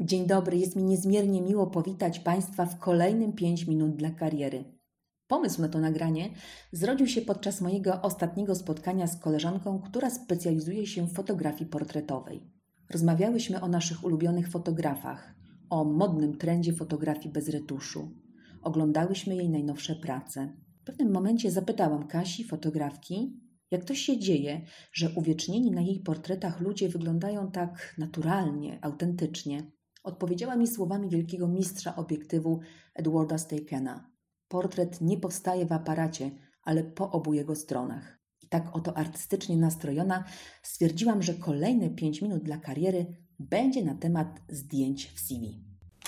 Dzień dobry, jest mi niezmiernie miło powitać Państwa w kolejnym 5 minut dla kariery. Pomysł na to nagranie zrodził się podczas mojego ostatniego spotkania z koleżanką, która specjalizuje się w fotografii portretowej. Rozmawiałyśmy o naszych ulubionych fotografach, o modnym trendzie fotografii bez retuszu. Oglądałyśmy jej najnowsze prace. W pewnym momencie zapytałam Kasi, fotografki, jak to się dzieje, że uwiecznieni na jej portretach ludzie wyglądają tak naturalnie, autentycznie. Odpowiedziała mi słowami wielkiego mistrza obiektywu Edwarda Steikena. Portret nie powstaje w aparacie, ale po obu jego stronach. I tak oto artystycznie nastrojona stwierdziłam, że kolejne 5 minut dla kariery będzie na temat zdjęć w CV.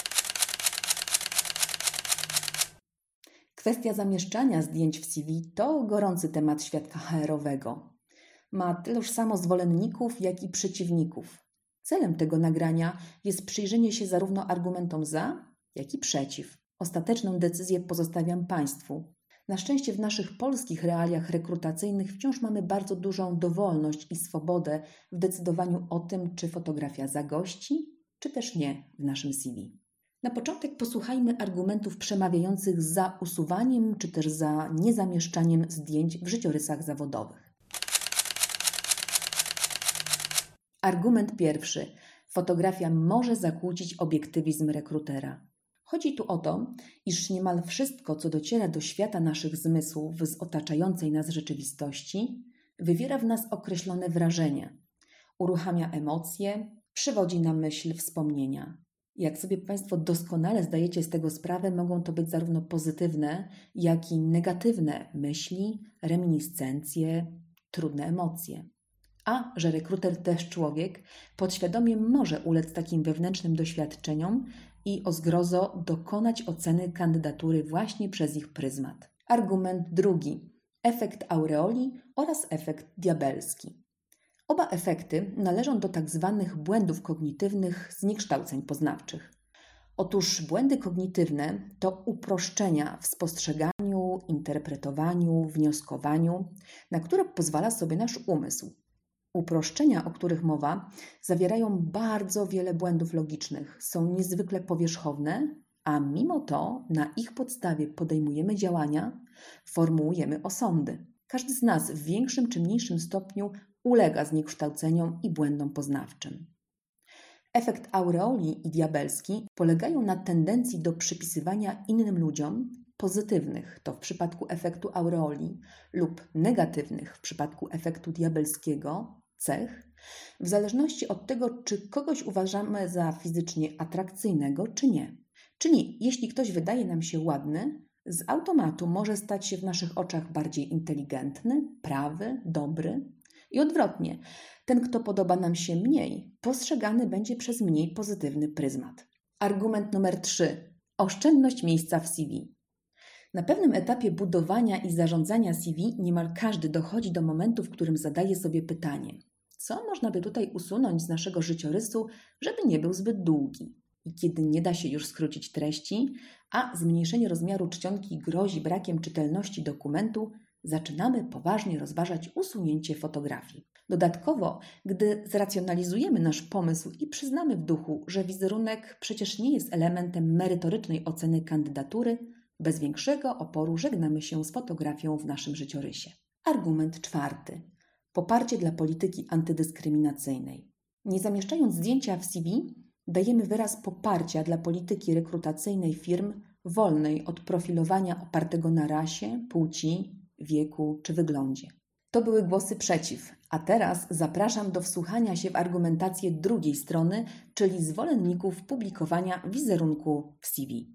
Kwestia zamieszczania zdjęć w CV to gorący temat świadka HR-owego. Ma tyluż samo zwolenników, jak i przeciwników. Celem tego nagrania jest przyjrzenie się zarówno argumentom za, jak i przeciw. Ostateczną decyzję pozostawiam Państwu. Na szczęście w naszych polskich realiach rekrutacyjnych wciąż mamy bardzo dużą dowolność i swobodę w decydowaniu o tym, czy fotografia zagości, czy też nie w naszym CV. Na początek posłuchajmy argumentów przemawiających za usuwaniem, czy też za niezamieszczaniem zdjęć w życiorysach zawodowych. Argument pierwszy. Fotografia może zakłócić obiektywizm rekrutera. Chodzi tu o to, iż niemal wszystko, co dociera do świata naszych zmysłów z otaczającej nas rzeczywistości, wywiera w nas określone wrażenie, uruchamia emocje, przywodzi na myśl wspomnienia. Jak sobie Państwo doskonale zdajecie z tego sprawę, mogą to być zarówno pozytywne, jak i negatywne myśli, reminiscencje, trudne emocje. A że rekruter też człowiek, podświadomie może ulec takim wewnętrznym doświadczeniom i o zgrozo dokonać oceny kandydatury właśnie przez ich pryzmat. Argument drugi. Efekt aureoli oraz efekt diabelski. Oba efekty należą do tzw. błędów kognitywnych zniekształceń poznawczych. Otóż błędy kognitywne to uproszczenia w spostrzeganiu, interpretowaniu, wnioskowaniu, na które pozwala sobie nasz umysł. Uproszczenia, o których mowa, zawierają bardzo wiele błędów logicznych, są niezwykle powierzchowne, a mimo to na ich podstawie podejmujemy działania, formułujemy osądy. Każdy z nas w większym czy mniejszym stopniu ulega zniekształceniom i błędom poznawczym. Efekt aureoli i diabelski polegają na tendencji do przypisywania innym ludziom pozytywnych, to w przypadku efektu aureoli, lub negatywnych w przypadku efektu diabelskiego, cech, w zależności od tego, czy kogoś uważamy za fizycznie atrakcyjnego, czy nie. Czyli jeśli ktoś wydaje nam się ładny, z automatu może stać się w naszych oczach bardziej inteligentny, prawy, dobry i odwrotnie. Ten, kto podoba nam się mniej, postrzegany będzie przez mniej pozytywny pryzmat. Argument numer 3. Oszczędność miejsca w CV. Na pewnym etapie budowania i zarządzania CV niemal każdy dochodzi do momentu, w którym zadaje sobie pytanie, co można by tutaj usunąć z naszego życiorysu, żeby nie był zbyt długi. I kiedy nie da się już skrócić treści, a zmniejszenie rozmiaru czcionki grozi brakiem czytelności dokumentu, zaczynamy poważnie rozważać usunięcie fotografii. Dodatkowo, gdy zracjonalizujemy nasz pomysł i przyznamy w duchu, że wizerunek przecież nie jest elementem merytorycznej oceny kandydatury, bez większego oporu żegnamy się z fotografią w naszym życiorysie. Argument 4. Poparcie dla polityki antydyskryminacyjnej. Nie zamieszczając zdjęcia w CV, dajemy wyraz poparcia dla polityki rekrutacyjnej firm wolnej od profilowania opartego na rasie, płci, wieku czy wyglądzie. To były głosy przeciw, a teraz zapraszam do wsłuchania się w argumentację drugiej strony, czyli zwolenników publikowania wizerunku w CV.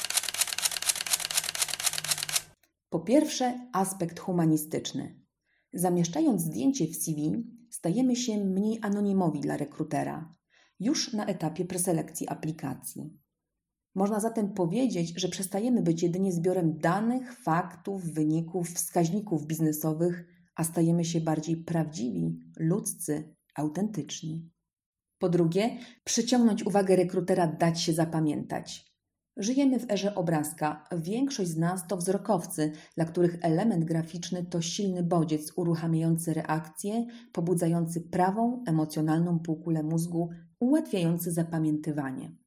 Po pierwsze, aspekt humanistyczny. Zamieszczając zdjęcie w CV, stajemy się mniej anonimowi dla rekrutera, już na etapie preselekcji aplikacji. Można zatem powiedzieć, że przestajemy być jedynie zbiorem danych, faktów, wyników, wskaźników biznesowych, a stajemy się bardziej prawdziwi, ludzcy, autentyczni. Po drugie, przyciągnąć uwagę rekrutera, dać się zapamiętać. Żyjemy w erze obrazka. Większość z nas to wzrokowcy, dla których element graficzny to silny bodziec uruchamiający reakcję, pobudzający prawą, emocjonalną półkulę mózgu, ułatwiający zapamiętywanie.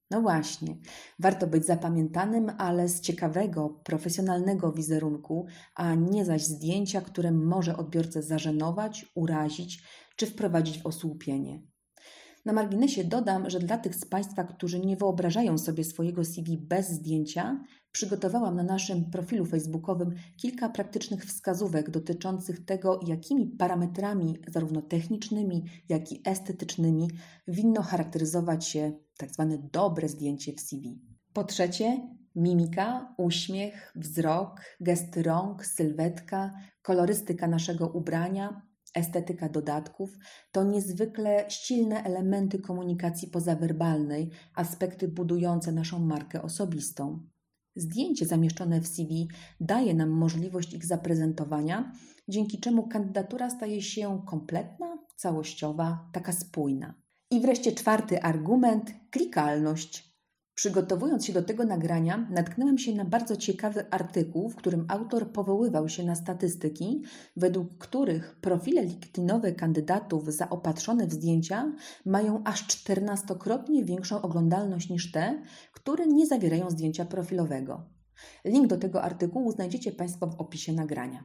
No właśnie, warto być zapamiętanym, ale z ciekawego, profesjonalnego wizerunku, a nie zaś zdjęcia, które może odbiorcę zażenować, urazić czy wprowadzić w osłupienie. Na marginesie dodam, że dla tych z Państwa, którzy nie wyobrażają sobie swojego CV bez zdjęcia, przygotowałam na naszym profilu facebookowym kilka praktycznych wskazówek dotyczących tego, jakimi parametrami, zarówno technicznymi, jak i estetycznymi, winno charakteryzować się tzw. dobre zdjęcie w CV. Po trzecie, mimika, uśmiech, wzrok, gesty rąk, sylwetka, kolorystyka naszego ubrania, estetyka dodatków to niezwykle silne elementy komunikacji pozawerbalnej, aspekty budujące naszą markę osobistą. Zdjęcie zamieszczone w CV daje nam możliwość ich zaprezentowania, dzięki czemu kandydatura staje się kompletna, całościowa, taka spójna. I wreszcie czwarty argument, klikalność. Przygotowując się do tego nagrania, natknąłem się na bardzo ciekawy artykuł, w którym autor powoływał się na statystyki, według których profile LinkedInowe kandydatów zaopatrzone w zdjęcia mają aż 14-krotnie większą oglądalność niż te, które nie zawierają zdjęcia profilowego. Link do tego artykułu znajdziecie Państwo w opisie nagrania.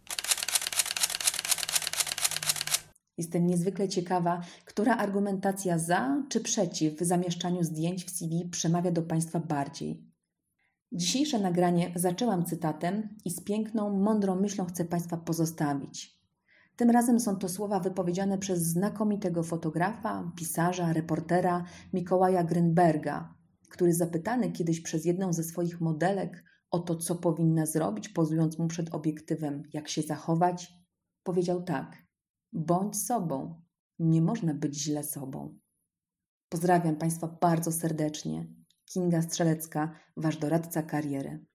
Jestem niezwykle ciekawa, która argumentacja za czy przeciw zamieszczaniu zdjęć w CV przemawia do Państwa bardziej. Dzisiejsze nagranie zaczęłam cytatem i z piękną, mądrą myślą chcę Państwa pozostawić. Tym razem są to słowa wypowiedziane przez znakomitego fotografa, pisarza, reportera Mikołaja Grynberga, który zapytany kiedyś przez jedną ze swoich modelek o to, co powinna zrobić, pozując mu przed obiektywem, jak się zachować, powiedział tak: bądź sobą, nie można być źle sobą. Pozdrawiam Państwa bardzo serdecznie. Kinga Strzelecka, Wasz doradca kariery.